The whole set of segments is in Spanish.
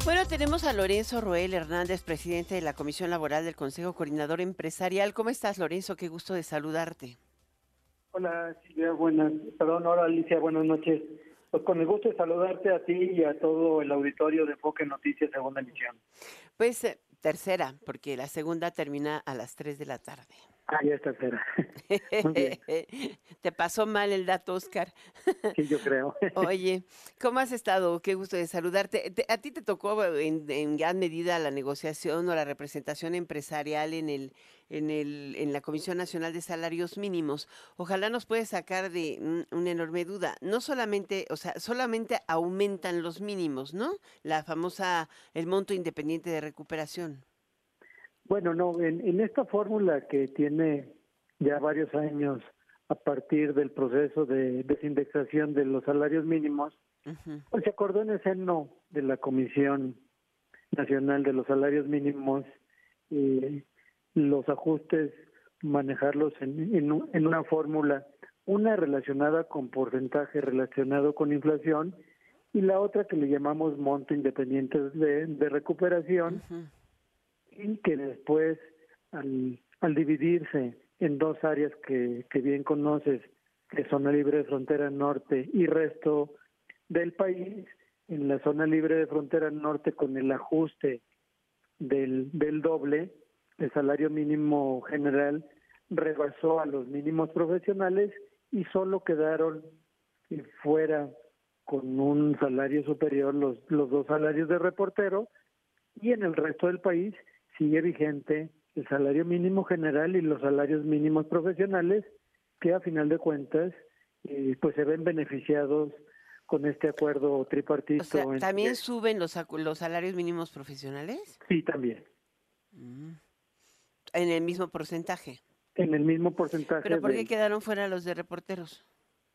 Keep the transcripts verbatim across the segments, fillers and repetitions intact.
Bueno, tenemos a Lorenzo Roel Hernández, presidente de la Comisión Laboral del Consejo Coordinador Empresarial. ¿Cómo estás, Lorenzo? Qué gusto de saludarte. Hola Silvia, buenas, perdón, hola Alicia, buenas noches. Pues con el gusto de saludarte a ti y a todo el auditorio de Enfoque Noticias Segunda Emisión. Pues eh, tercera, porque la segunda termina a las tres de la tarde. Ah, ya es tercera. Muy bien, Te pasó mal el dato, Oscar. sí, yo creo. Oye, ¿cómo has estado? Qué gusto de saludarte. Te- ¿A ti te tocó en, en gran medida la negociación o la representación empresarial en el, en el, en la Comisión Nacional de Salarios Mínimos? Ojalá nos puedes sacar de mm, una enorme duda. No solamente, o sea, solamente aumentan los mínimos, ¿no? La famosa, el monto independiente de recuperación. Bueno, no, en, en esta fórmula que tiene ya varios años a partir del proceso de desindexación de los salarios mínimos, Ujú. pues se acordó en el seno de la Comisión Nacional de los Salarios Mínimos eh, los ajustes, manejarlos en, en, un- en una fórmula, una relacionada con porcentaje relacionado con inflación y la otra que le llamamos monto independiente de, de recuperación Ujú. y que después al, al dividirse en dos áreas que, que bien conoces, que zona libre de frontera norte y resto del país, en la zona libre de frontera norte con el ajuste del, del doble, el salario mínimo general rebasó a los mínimos profesionales y solo quedaron eh, fuera con un salario superior los, los dos salarios de reportero y en el resto del país sigue vigente el salario mínimo general y los salarios mínimos profesionales que a final de cuentas eh, pues se ven beneficiados con este acuerdo O sea, tripartito ¿también entre suben los, acu- los salarios mínimos profesionales? sí también Mm. En el mismo porcentaje. en el mismo ¿Pero porcentaje por qué del quedaron fuera los de reporteros?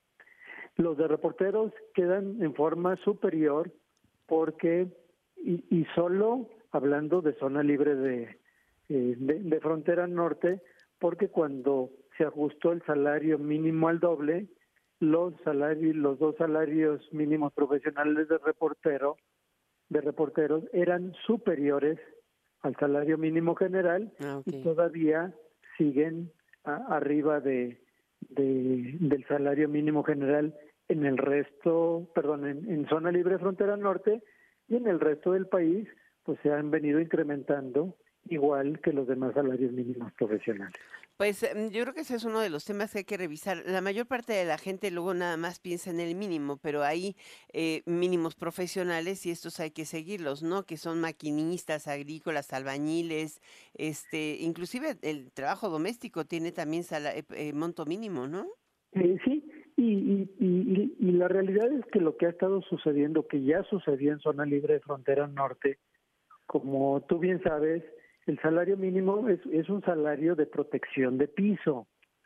los de reporteros quedan en forma superior porque y, y solo hablando de zona libre de, eh, de de frontera norte porque cuando se ajustó el salario mínimo al doble los salarios los dos salarios mínimos profesionales de reportero de reporteros eran superiores al salario mínimo general Ah, y ok. todavía siguen a- arriba de, de- del salario mínimo general en el resto, perdón, en, en zona libre frontera norte y en el resto del país, pues se han venido incrementando igual que los demás salarios mínimos profesionales. Pues em, yo creo que ese es uno de los temas que hay que revisar. La mayor parte de la gente luego nada más piensa en el mínimo, pero hay eh, mínimos profesionales y estos hay que seguirlos, ¿no? Que son maquinistas, agrícolas, albañiles, este, inclusive el trabajo doméstico tiene también sala- eh, eh, monto mínimo, ¿no? Eh, sí, y, y, y, y la realidad es que lo que ha estado sucediendo, que ya sucedió en zona libre de frontera norte, como tú bien sabes, el salario mínimo es, es un salario de protección de piso,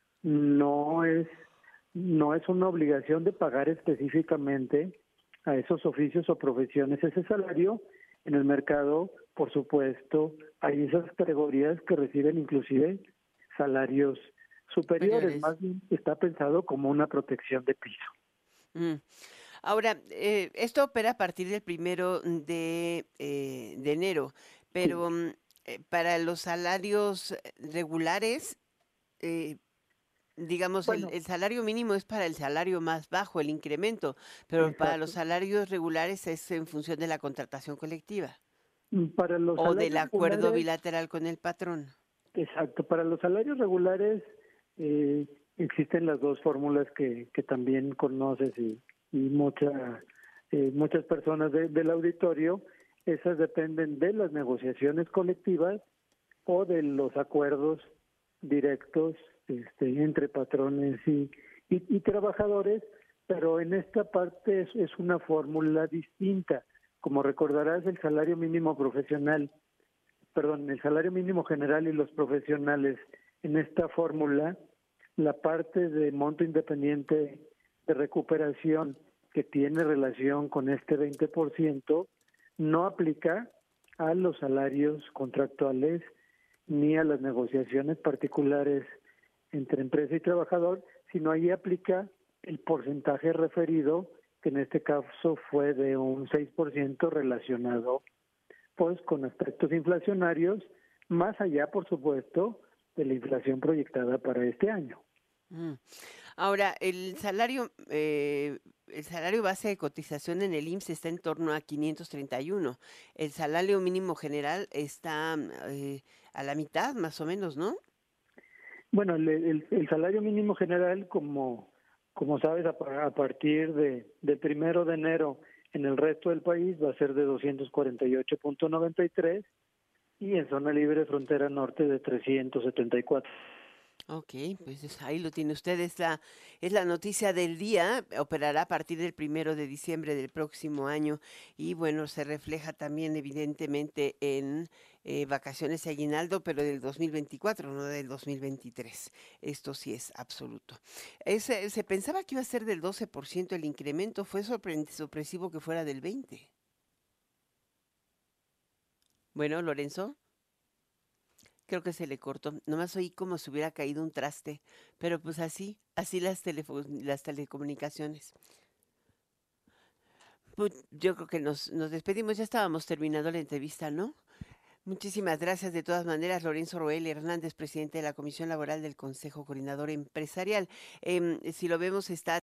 no es, no es una obligación de pagar específicamente a esos oficios o profesiones ese salario. En el mercado, por supuesto, hay esas categorías que reciben inclusive salarios superiores, Superiores. más bien está pensado como una protección de piso. Mm. Ahora, eh, esto opera a partir del primero de, eh, de enero, Sí. pero mm, eh, para los salarios regulares, eh, digamos, el, Bueno, el salario mínimo es para el salario más bajo, el incremento, pero para los exacto. salarios regulares es en función de la contratación colectiva Para los o del salarios acuerdo regulares, bilateral con el patrón. exacto, para los salarios regulares eh, existen las dos fórmulas que, que también conoces y, y mucha, eh, muchas personas de- del auditorio, esas dependen de las negociaciones colectivas o de los acuerdos directos este, entre patrones y, y, y trabajadores, pero en esta parte es, es una fórmula distinta. Como recordarás, el salario mínimo profesional perdón, el salario mínimo general y los profesionales en esta fórmula, la parte de monto independiente de recuperación que tiene relación con este veinte por ciento no aplica a los salarios contractuales ni a las negociaciones particulares entre empresa y trabajador, sino ahí aplica el porcentaje referido, que en este caso fue de un seis por ciento relacionado pues con aspectos inflacionarios, más allá, por supuesto, de la inflación proyectada para este año. Mm. Ahora, el salario, eh, el salario base de cotización en el I M S S está en torno a quinientos treinta y uno. El salario mínimo general está eh, a la mitad, más o menos, ¿no? Bueno, el, el, el salario mínimo general, como, como sabes, a, pa- a partir de, de primero de enero en el resto del país va a ser de doscientos cuarenta y ocho punto noventa y tres y en zona libre frontera norte de trescientos setenta y cuatro. Ok, pues es- ahí lo tiene usted, es la, es la noticia del día, operará a partir del primero de diciembre del próximo año y bueno, se refleja también evidentemente en eh, vacaciones y aguinaldo, pero del dos mil veinticuatro, no del dos mil veintitrés. Esto sí es absoluto. Es, eh, se pensaba que iba a ser del doce por ciento el incremento, fue sorpre- sorpresivo que fuera del veinte por ciento. Bueno, Lorenzo. Creo que se le cortó. Nomás oí como si hubiera caído un traste. Pero pues así, así las telefo- las telecomunicaciones. Pues, yo creo que nos, nos despedimos. Ya estábamos terminando la entrevista, ¿no? Muchísimas gracias de todas maneras, Lorenzo Roel Hernández, presidente de la Comisión Laboral del Consejo Coordinador Empresarial. Em, si lo vemos, está